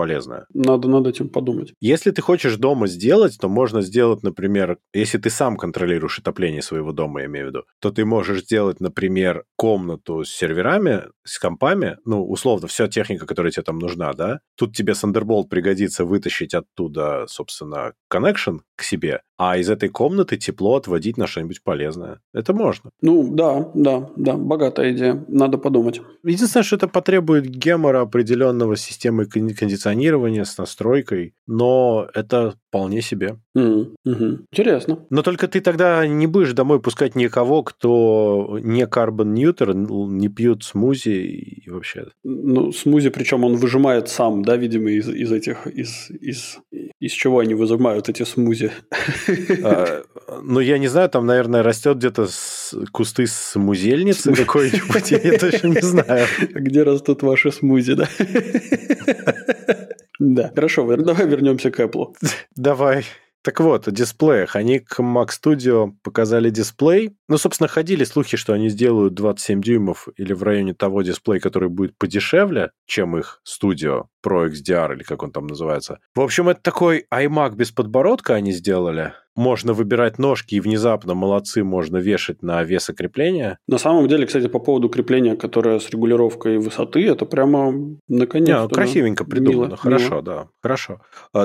полезное. Надо над этим подумать. Если ты хочешь дома сделать, то можно сделать, например, если ты сам контролируешь отопление своего дома, я имею в виду, то ты можешь сделать, например, комнату с серверами, с компами, ну, условно, вся техника, которая тебе там нужна, да? Тут тебе Thunderbolt пригодится вытащить оттуда, собственно, connection к себе, а из этой комнаты тепло отводить на что-нибудь полезное. Это можно. Ну, да, богатая идея. Надо подумать. Единственное, что это потребует гемора определенного системы кондиционирования с настройкой, но это вполне себе. Интересно. Но только ты тогда не будешь домой пускать никого, кто не карбон-ньютер, не пьют смузи и вообще. Ну, смузи, причем он выжимает сам, да, видимо, из чего они выжимают эти смузи? Ну, я не знаю, там, наверное, растет где-то кусты смузельницы какой-нибудь, я точно не знаю. Где растут ваши смузи, да? Да, хорошо, давай вернемся к Apple. Давай. Так вот, о дисплеях. Они к Mac Studio показали дисплей. Ну, собственно, ходили слухи, что они сделают 27 дюймов или в районе того дисплея, который будет подешевле, чем их Studio Pro XDR, или как он там называется. В общем, это такой iMac без подбородка они сделали. Можно выбирать ножки, и внезапно, молодцы, можно вешать на весокрепление. На самом деле, кстати, по поводу крепления, которое с регулировкой высоты, это прямо наконец-то. Красивенько придумано. Мило, хорошо, мило. Да, хорошо.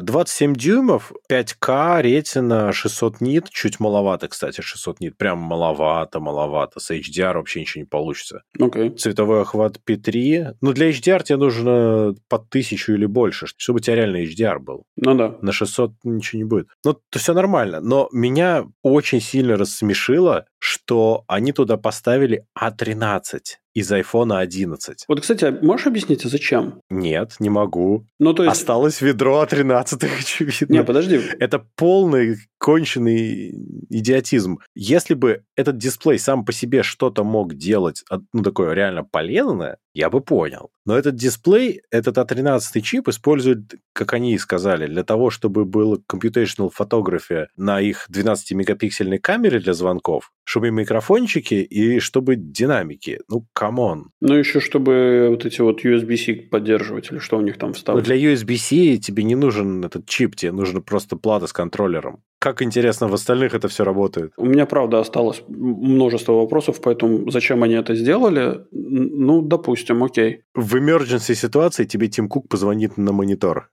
27 дюймов, 5К, ретина, 600 нит. Чуть маловато, кстати, 600 нит. Прям маловато. С HDR вообще ничего не получится. Окей. Цветовой охват P3. Ну, для HDR тебе нужно под 1000 или больше, чтобы у тебя реально HDR был. Ну да. На 600 ничего не будет. Ну, то все нормально. Но меня очень сильно рассмешило, что они туда поставили A13 из iPhone 11. Вот, кстати, можешь объяснить, зачем? Нет, не могу. Ну, то есть... Осталось ведро A13, очевидно. Не, подожди. Это полный конченый идиотизм. Если бы этот дисплей сам по себе что-то мог делать, ну, такое реально полезное, я бы понял. Но этот дисплей, этот A13 чип использует, как они и сказали, для того, чтобы было computational photography на их 12-мегапиксельной камере для звонков, чтобы микрофончики и чтобы динамики. Ну, камон. Ну, еще чтобы вот эти вот USB-C поддерживать, или что у них там вставлено. Но для USB-C тебе не нужен этот чип, тебе нужна просто плата с контроллером. Как интересно, в остальных это все работает. У меня, правда, осталось множество вопросов, поэтому зачем они это сделали? Ну, допустим, окей. В emergency ситуации тебе Тим Кук позвонит на монитор.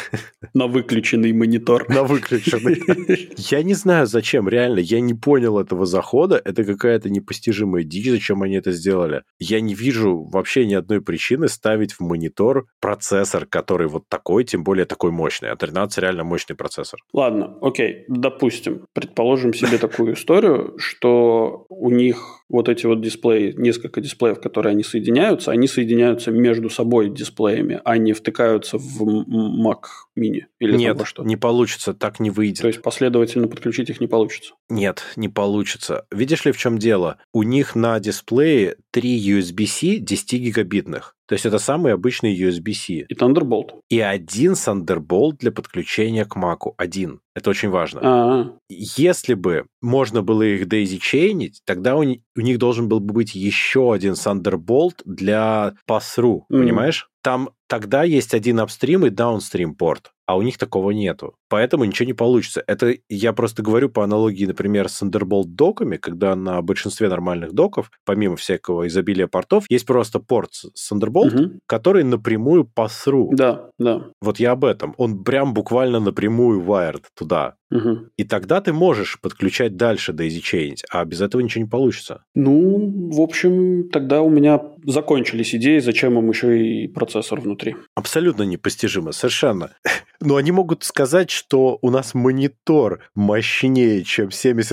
На выключенный монитор. На выключенный. Я не знаю, зачем, реально. Я не понял этого захода. Это какая-то непостижимая дичь, зачем они это сделали. Я не вижу вообще ни одной причины ставить в монитор процессор, который вот такой, тем более такой мощный. А 13 реально мощный процессор. Ладно, окей. Допустим, предположим себе такую историю, что у них вот эти вот дисплеи, несколько дисплеев, которые они соединяются между собой дисплеями, а не втыкаются в Mac Mini или нет, во что. Не получится, так не выйдет. То есть последовательно подключить их не получится? Нет, не получится. Видишь ли, в чем дело? У них на дисплее 3 USB-C 10 гигабитных. То есть это самый обычный USB-C. И Thunderbolt. И один Thunderbolt для подключения к Mac'у. Один. Это очень важно. А-а-а. Если бы можно было их daisy-chainить, тогда у них должен был бы быть еще один Thunderbolt для pass-through. Понимаешь? Там тогда есть один апстрим и даунстрим порт, а у них такого нету. Поэтому ничего не получится. Это я просто говорю по аналогии, например, с Thunderbolt доками, когда на большинстве нормальных доков, помимо всякого изобилия портов, есть просто порт с Thunderbolt, который напрямую pass-through. Да, да. Вот я об этом. Он прям буквально напрямую wired туда. И тогда ты можешь подключать дальше daisy-chainить, а без этого ничего не получится. Ну, в общем, тогда у меня закончились идеи, зачем им еще и процессор внутри. Абсолютно непостижимо, совершенно. Но они могут сказать, что у нас монитор мощнее, чем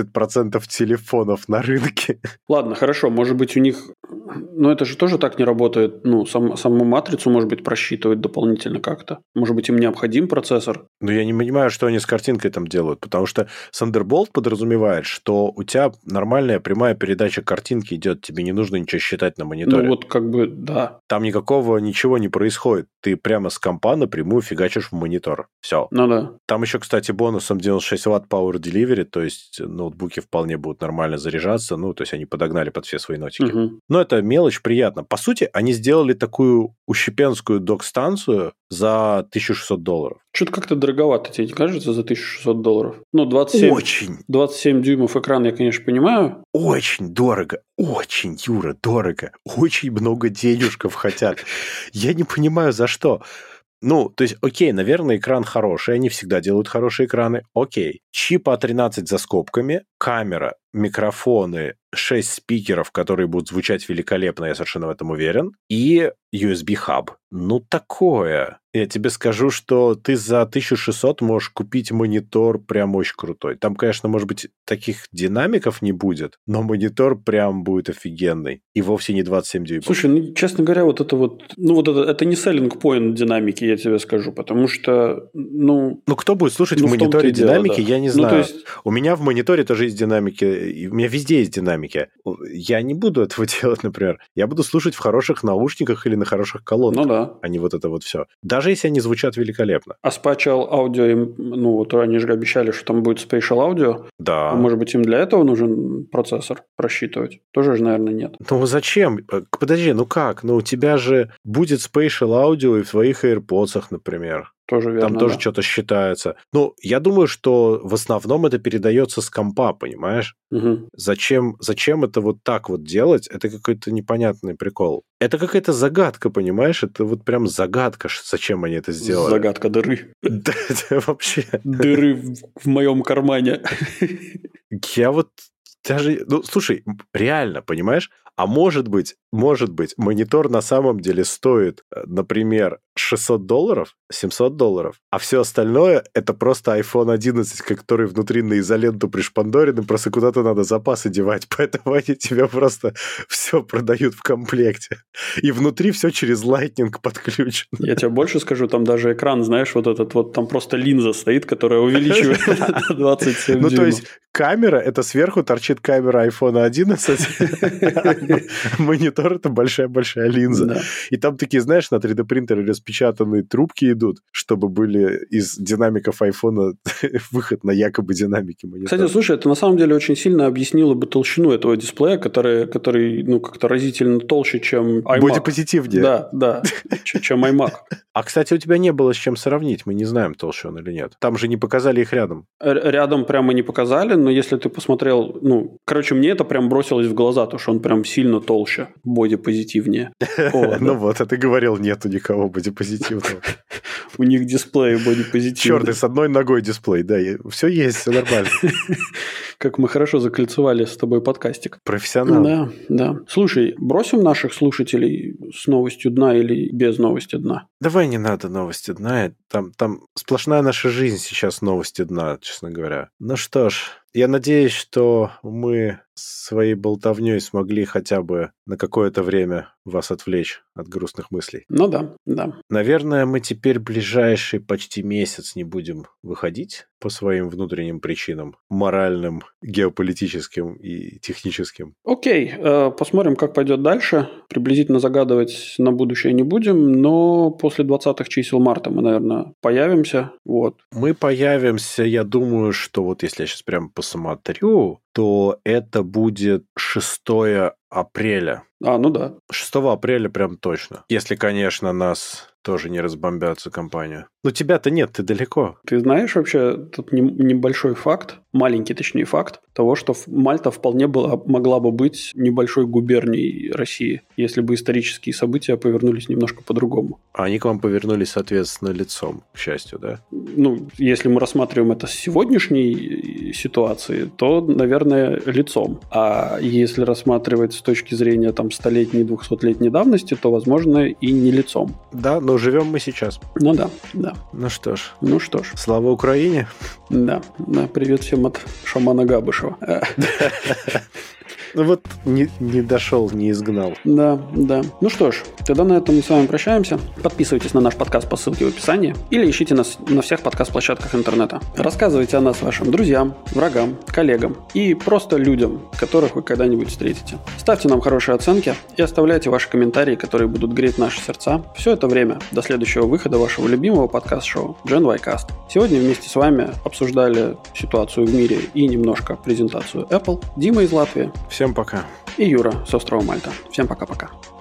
70% телефонов на рынке. Ладно, хорошо, может быть, у них... Но это же тоже так не работает. Ну, саму матрицу, может быть, просчитывать дополнительно как-то. Может быть, им необходим процессор. Но я не понимаю, что они с картинкой там делают, потому что Thunderbolt подразумевает, что у тебя нормальная прямая передача картинки идет, тебе не нужно ничего считать на мониторе. Ну, вот как бы, да. Там ничего не происходит. Ты прямо с компа напрямую фигачишь в монитор. Все. Ну да. Там еще, кстати, бонусом 96 Вт Power Delivery, то есть ноутбуки вполне будут нормально заряжаться, ну, то есть они подогнали под все свои нотики. Но Но это мелочь, приятно. По сути, они сделали такую ущепенскую док-станцию за $1600. Что-то как-то дороговато, тебе не кажется, за $1600? Ну, 27 дюймов экран, я, конечно, понимаю. Очень дорого. Очень, Юра, дорого. Очень много денежков хотят. Я не понимаю, за что. Ну, то есть, окей, наверное, экран хороший, они всегда делают хорошие экраны, окей. Чип А13 за скобками, камера, микрофоны, 6 спикеров, которые будут звучать великолепно, я совершенно в этом уверен, и USB-хаб. Ну, такое. Я тебе скажу, что ты за 1600 можешь купить монитор прям очень крутой. Там, конечно, может быть, таких динамиков не будет, но монитор прям будет офигенный. И вовсе не 27 дюймов. Слушай, ну, честно говоря, вот это вот... Ну, вот это не selling point динамики, я тебе скажу, потому что, ну... Ну, кто будет слушать в мониторе динамики, дело, да. Я не знаю. Ну, то есть... У меня в мониторе тоже есть динамики, и у меня везде есть динамики. Я не буду этого делать, например. Я буду слушать в хороших наушниках или на хороших колонках, а не вот это вот все. Даже если они звучат великолепно. А Spatial Audio, ну, вот они же обещали, что там будет Spatial Audio. Да. А может быть, им для этого нужен процессор просчитывать? Тоже же, наверное, нет. Ну, зачем? Подожди, ну как? Ну, у тебя же будет Spatial Audio и в твоих AirPods, например. Тоже верно, там тоже что-то считается. Ну, я думаю, что в основном это передается с компа, понимаешь? Угу. Зачем это вот так вот делать? Это какой-то непонятный прикол. Это какая-то загадка, понимаешь? Это вот прям загадка, зачем они это сделали. Загадка дыры. Да, вообще. Дыры в моем кармане. Я вот даже... Ну, слушай, реально, понимаешь? А может быть, монитор на самом деле стоит, например, $600, $700, а все остальное это просто iPhone 11, который внутри на изоленту пришпандорен, и просто куда-то надо запасы девать, поэтому они тебе просто все продают в комплекте. И внутри все через Lightning подключено. Я тебе больше скажу, там даже экран, знаешь, вот этот вот, там просто линза стоит, которая увеличивает 27 дюймов. Ну, то есть камера, это сверху торчит камера iPhone 11, монитор – это большая-большая линза. Да. И там такие, знаешь, на 3D-принтере распечатанные трубки идут, чтобы были из динамиков айфона выход на якобы динамики монитора. Кстати, слушай, это на самом деле очень сильно объяснило бы толщину этого дисплея, который ну, как-то разительно толще, чем iMac. Бодипозитивнее. Да, чем iMac. А, кстати, у тебя не было с чем сравнить, мы не знаем, толще он или нет. Там же не показали их рядом. Рядом прямо не показали, но если ты посмотрел, ну, короче, мне это прям бросилось в глаза, то что он прям сильно толще, бодипозитивнее. Ну вот, а ты говорил, нету никого бодипозитивного. У них дисплей бодипозитивный. Черт, и с одной ногой дисплей, да, все есть, все нормально. Как мы хорошо закольцевали с тобой подкастик. Профессионал. Да. Слушай, бросим наших слушателей с новостью дна или без новости дна? Давай не надо новости дна. Там сплошная наша жизнь сейчас новости дна, честно говоря. Ну что ж, я надеюсь, что мы своей болтовней смогли хотя бы на какое-то время вас отвлечь от грустных мыслей. Ну да. Наверное, мы теперь ближайший почти месяц не будем выходить по своим внутренним причинам, моральным, геополитическим и техническим. Окей, посмотрим, как пойдет дальше. Приблизительно загадывать на будущее не будем, но после 20-х чисел марта мы, наверное, появимся. Вот. Мы появимся, я думаю, что вот если я сейчас прям посмотрю, то это будет 6 апреля. Ну да. 6 апреля прям точно. Если, конечно, нас тоже не разбомбятся компанию. Но тебя-то нет, ты далеко. Ты знаешь вообще тут небольшой факт, маленький точнее факт, того, что Мальта вполне могла бы быть небольшой губернией России, если бы исторические события повернулись немножко по-другому. А они к вам повернулись, соответственно, лицом, к счастью, да? Ну, если мы рассматриваем это с сегодняшней ситуации, то, наверное, лицом. А если рассматривать с точки зрения там 100-летней, 200-летней давности, то, возможно, и не лицом. Да, но живем мы сейчас. Ну да. Ну что ж. Слава Украине. Да, привет всем от шамана Габышева. Ну вот не дошел, не изгнал. Да. Ну что ж, тогда на этом мы с вами прощаемся. Подписывайтесь на наш подкаст по ссылке в описании или ищите нас на всех подкаст-площадках интернета. Рассказывайте о нас вашим друзьям, врагам, коллегам и просто людям, которых вы когда-нибудь встретите. Ставьте нам хорошие оценки и оставляйте ваши комментарии, которые будут греть наши сердца все это время до следующего выхода вашего любимого подкаста подкаст-шоу Gen Y Cast. Сегодня вместе с вами обсуждали ситуацию в мире и немножко презентацию Apple. Дима из Латвии. Всем пока. И Юра с острова Мальта. Всем пока-пока.